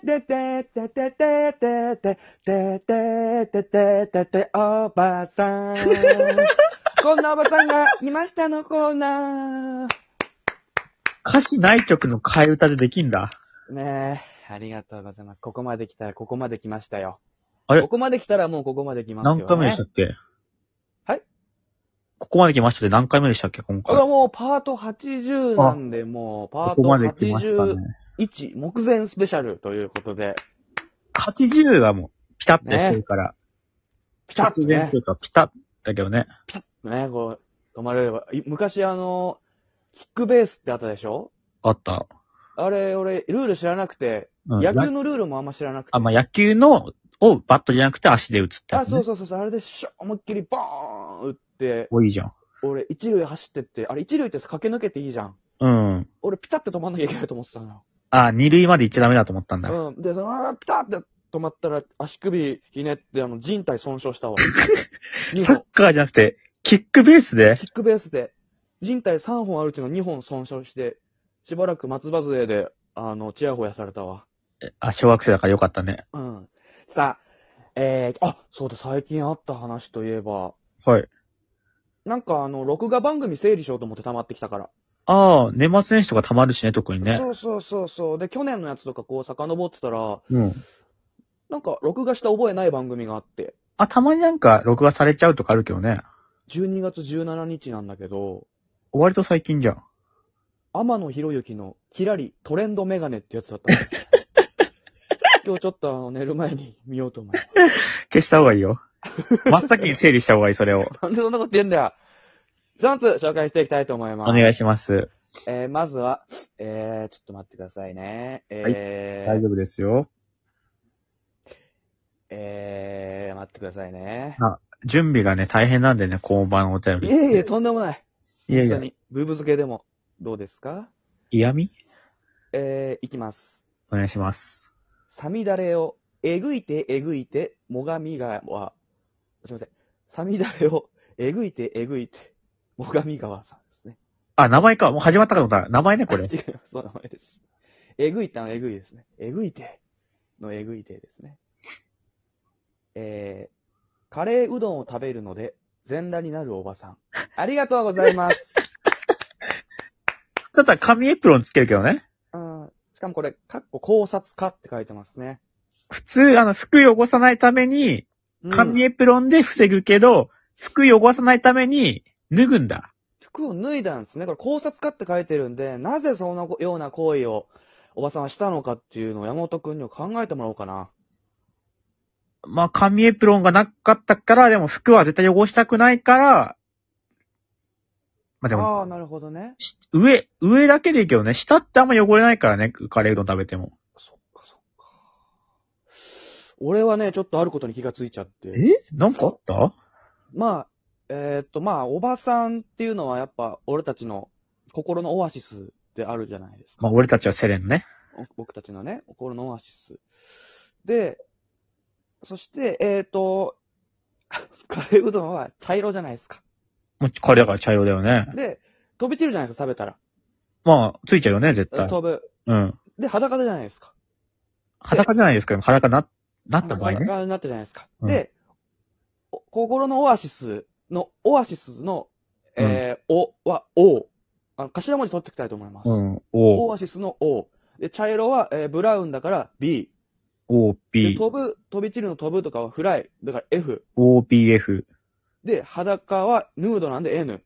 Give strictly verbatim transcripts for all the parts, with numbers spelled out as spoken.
ててててててててててててておばさん。こんなおばさんがいましたのコーナー。 歌詞ない曲の替え歌でできんだ。 ねえ、ありがとうございます。ここまで来たらここまで来ましたよ。 あれここまで来たらもうここまで来ますよね。 何回目でしたっけ？ はい。 ここまで来ましたって何回目でしたっけ今回。 あ、もうパートはちじゅうなんで、もうパートここまで来ましたね。 はちじゅういち目前スペシャルということで。 はちじゅうがもうピタッとしてるから。 ピタッとね。 ピタッだけどね。 ピタッとね、こう、止まれれば。い昔あの、キックベースってあったでしょ？ あった。 あれ、俺、ルール知らなくて、 うん、 野球のルールもあんま知らなくて。 あ、まあ、野球の、をバットじゃなくて足で打つってやつ、ね。 あ、そうそうそう、あれでシュッ、思いっきりバーン打って、 お、いいじゃん。 俺、一塁走ってって、あれ一塁ってさ、駆け抜けていいじゃん。 うん。 俺、ピタって止まんなきゃいけないと思ってたのよ。 あ、二塁まで行っちゃダメだと思ったんだ。 うん。で、その、ピタって止まったら、足首ひねって、あの、人体損傷したわ。 サッカーじゃなくて、キックベースでキックベースで、人体さんぼんあるうちのにほん損傷して、しばらく松葉杖で、あの、チヤホヤされたわ。 あ、小学生だからよかったね。 うん。さあ、えー、あ、そうだ、最近あった話といえば、 はい。 なんかあの、録画番組整理しようと思って溜まってきたから。 ああ、年末年始とか溜まるしね、特にね。 そうそうそうそう。で、去年のやつとかこう遡ってたら、 うん。 なんか録画した覚えない番組があって、 あ、たまになんか録画されちゃうとかあるけどね。 じゅうにがつじゅうしちにちなんだけど、 割と最近じゃん。 天野博之のキラリトレンドメガネってやつだったの。今日ちょっとあの寝る前に見ようと思います。 消した方がいいよ。真っ先に整理した方がいい、それを。 なんでそんなこと言うんだよ。さんつ紹介していきたいと思います。 お願いします。 えー、まずは、えー、ちょっと待ってくださいね。えー、 大丈夫ですよ。 えー、待ってくださいね。 あ、準備がね、大変なんでね、交番お便り。 いえいえ、とんでもない。 いやいや。 本当に。ブーブ漬けでも、どうですか？ 嫌味？ えー、いきます。 お願いします。 さみだれを、えぐいてえぐいて、もがみがわ。すいません。さみだれを、えぐいてえぐいて、もがみがわさんですね。 あ、名前か。もう始まったかと思った。名前ね、これ。 違います。そう名前です。えぐいたんえぐいですね。えぐいてのえぐいてですね。えー、カレーうどんを食べるので、全裸になるおばさん。ありがとうございます。 ちょっと紙エプロンつけるけどね。 うん。しかもこれ、かっこ考察家って書いてますね。 普通、あの、服汚さないために、紙エプロンで防ぐけど、うん、服汚さないために、脱ぐんだ。 服を脱いだんですね。これ考察家って書いてるんで、なぜそのような行為をおばさんはしたのかっていうのを山本くんには考えてもらおうかな。 まあ、紙エプロンがなかったから、でも服は絶対汚したくないから、まあでも。 ああ、なるほどね。 上、上だけでいいけどね、下ってあんま汚れないからね、カレーうどん食べても。 そっかそっか。俺はね、ちょっとあることに気がついちゃって。 え？なんかあった？ まあ、えー、っと、まあ、おばさんっていうのはやっぱ、俺たちの心のオアシスであるじゃないですか。 まあ、俺たちはセレンね。 僕たちのね、心のオアシス。で、そして、えー、っと、カレーうどんは茶色じゃないですか。 もうカレーだから茶色だよね。 で、飛び散るじゃないですか、食べたら。 まあ、ついちゃうよね、絶対。 飛ぶ。 うん。 で、裸じゃないですか。 裸じゃないですか、裸な、なった場合ね。 裸になったじゃないですか。 うん、 で、心のオアシスの、オアシスの、えー、うん、おは、O。あの、頭文字取っていきたいと思います。 うん、O。 オアシスの O。で、茶色は、えー、ブラウンだから B。 O、B。 で、飛ぶ、飛び散るの飛ぶとかはフライ。だから F。 O、B、F。 で、裸はヌードなんで N。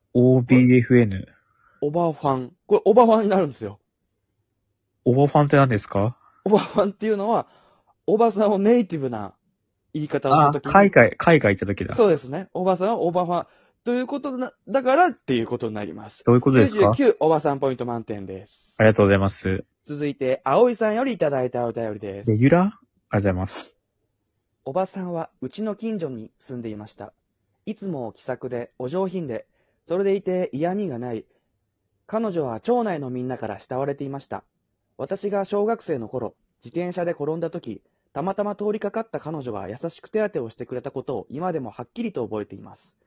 O、B、F、N。 オバファン。これ、オバファンになるんですよ。 オバファンって何ですか？ オバファンっていうのは、おばさんをネイティブな言い方をするときに。 海外、海外行ったときだ。 そうですね。おばさんはオバファン。ということな、だからっていうことになります。 どういうことですか？ きゅうじゅうきゅうおばさんポイント満点です。 ありがとうございます。 続いて、葵さんよりいただいたお便りです。 レギュラー？ありがとうございます。 おばさんはうちの近所に住んでいました。いつも気さくでお上品で、それでいて嫌味がない。彼女は町内のみんなから慕われていました。私が小学生の頃、自転車で転んだ時、たまたま通りかかった彼女が優しく手当てをしてくれたことを今でもはっきりと覚えています。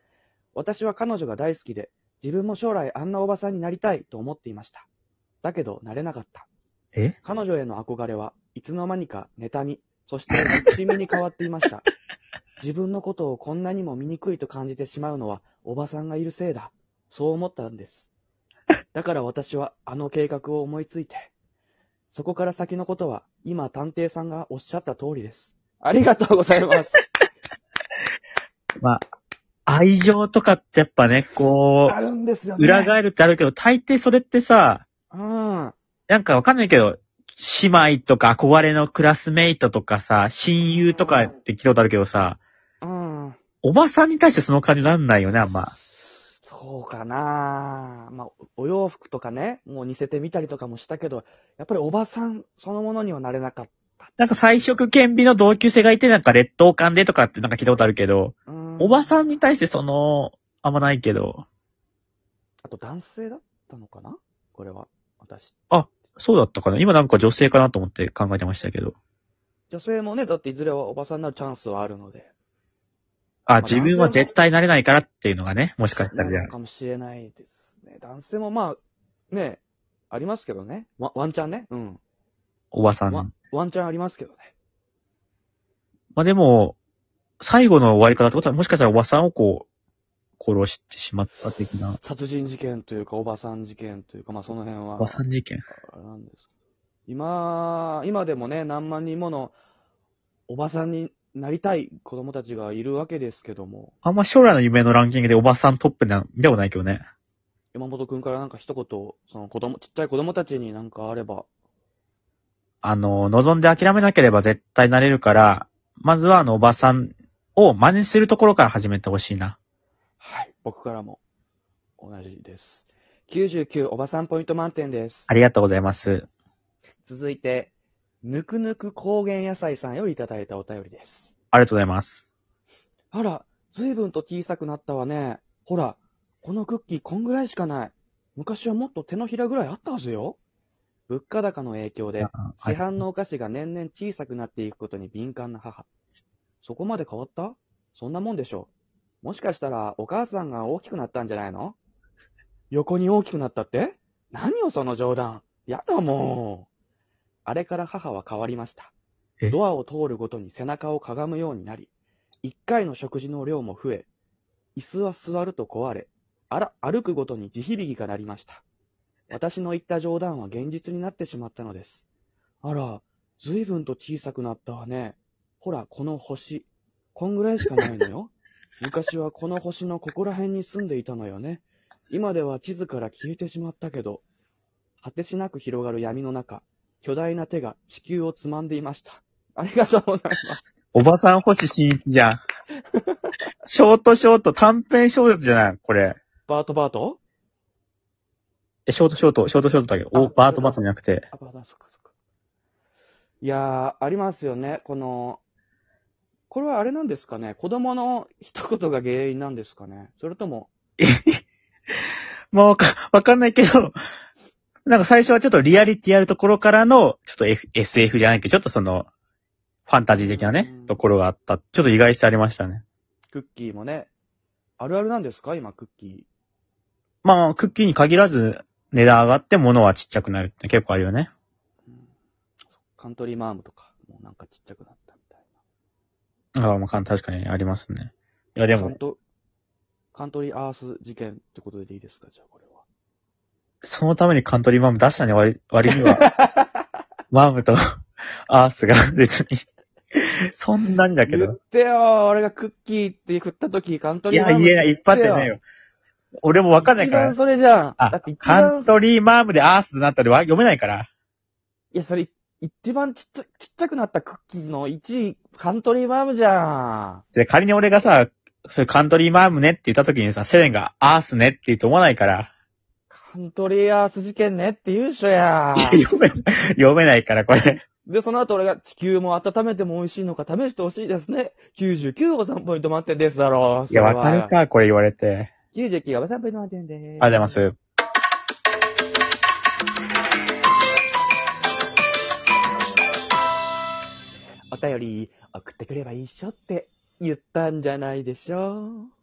私は彼女が大好きで、自分も将来あんなおばさんになりたいと思っていました。だけど、なれなかった。 え彼女への憧れはいつの間にか妬み、そして憎しみに変わっていました。自分のことをこんなにも醜いと感じてしまうのはおばさんがいるせいだ。そう思ったんです。だから私はあの計画を思いついて、そこから先のことは今探偵さんがおっしゃった通りです。ありがとうございます。 まあ、愛情とかってやっぱね、こあるんですよう、 ね。 裏返るってあるけど、大抵それってさ、 うん。 なんかわかんないけど、姉妹とか憧れのクラスメイトとかさ、親友とかって聞いたことあるけどさ、 うん。 おばさんに対してその感じなんないよね、あんま。 そうかな。まあ、お洋服とかね、もう似せてみたりとかもしたけど、やっぱりおばさんそのものにはなれなかった。 なんか彩色兼備の同級生がいて、なんか劣等感でとかってなんか聞いたことあるけど、 うん。 おばさんに対してその、あんまないけど。 あと男性だったのかなこれは、私。 あ、そうだったかな。今なんか女性かなと思って考えてましたけど。 女性もね、だっていずれはおばさんになるチャンスはあるので。 あ、 あ自分は絶対なれないからっていうのがね、もしかしたらじゃあなのかもしれないですね。男性もまあ、ね、ありますけどね。ワワンチャンね。うん。 おばさん。 ワワンチャンありますけどね。 まあでも、最後の終わり方ってことは、もしかしたらおばさんをこう、殺してしまった的な。 殺人事件というか、おばさん事件というか、まあその辺は。 おばさん事件。 あれなんです今、今でもね、何万人ものおばさんになりたい子供たちがいるわけですけども。 あんま将来の夢のランキングでおばさんトップなんではないけどね。 山本くんからなんか一言、その子供、ちっちゃい子供たちになんかあれば。 あの、望んで諦めなければ絶対なれるから、まずはあのおばさんを真似するところから始めてほしいな。 はい、僕からも同じです。きゅうじゅうきゅうおばさんポイント満点です。 ありがとうございます。 続いて、ぬくぬく高原野菜さんよりいただいたお便りです。 ありがとうございます。 あら、ずいぶんと小さくなったわね。ほら、このクッキーこんぐらいしかない。昔はもっと手のひらぐらいあったはずよ。物価高の影響で、市販のお菓子が年々小さくなっていくことに敏感な母。そこまで変わった？そんなもんでしょう。もしかしたらお母さんが大きくなったんじゃないの？横に大きくなったって？何よその冗談。やだもう。あれから母は変わりました。 えドアを通るごとに背中をかがむようになり、一回の食事の量も増え、椅子は座ると壊れ、あら、歩くごとに地響きが鳴りました。私の言った冗談は現実になってしまったのです。あら、ずいぶんと小さくなったわね。ほら、この星。こんぐらいしかないのよ。昔はこの星のここら辺に住んでいたのよね。今では地図から消えてしまったけど、果てしなく広がる闇の中、巨大な手が地球をつまんでいました。ありがとうございます。 おばさん星新一じゃん。ショートショート短編小説じゃないこれ。 バートバートえ、ショートショート、ショートショートだけど、お、 あバートバートじゃなくて。 あ、バート、そっかそっか。いやー、ありますよね。この、これはあれなんですかね。子供の一言が原因なんですかね。それとも、 まあわか、わかんないけど、なんか最初はちょっとリアリティあるところからの、ちょっと、F、エスエフ じゃないけど、ちょっとその、ファンタジー的なねう、んところがあった。ちょっと意外性ありましたね。 クッキーもね、あるあるなんですか今、クッキまあ、クッキーに限らず、値段上がって物はちっちゃくなるって結構あるよね。 ー。うんカントリーマームとか、もうなんかちっちゃくなったみたいああ、まあ、か確かにありますね。いや、でな。カンも、 ト、カントリーアース事件ってことでいいですかじゃあ、これは。 そのためにカントリーマーム出したね、割割には。マームとアースが別に、そんなにだけ言っど。 てよ俺がクッキーって振った時、カントいや、 リーマーム言えない、一発じゃないよ。俺もわかんないから一番。それじゃん。 あだって、一カ番ントリーマームでアースとなったら読めないから。 いや、それ、一番ちっちゃ、ちっちゃくなったクッキーのいちい、カントリーマームじゃん。 で、仮に俺がさ、それカントリーマームねって言った時にさ、セレンがアースねって言うと思わないから。 カントリーアース事件ねって言う人や。 いや読め、読めないから、これ。 で、その後俺が地球も温めても美味しいのか試してほしいですね。きゅうじゅうきゅうをさんポイント満点ですだろう。 いや、わかるか、これ言われて。 きゅうじゅうきゅうがさんポイント満点です。 ありがとうございます。 お便り送ってくればいいっしょって言ったんじゃないでしょう。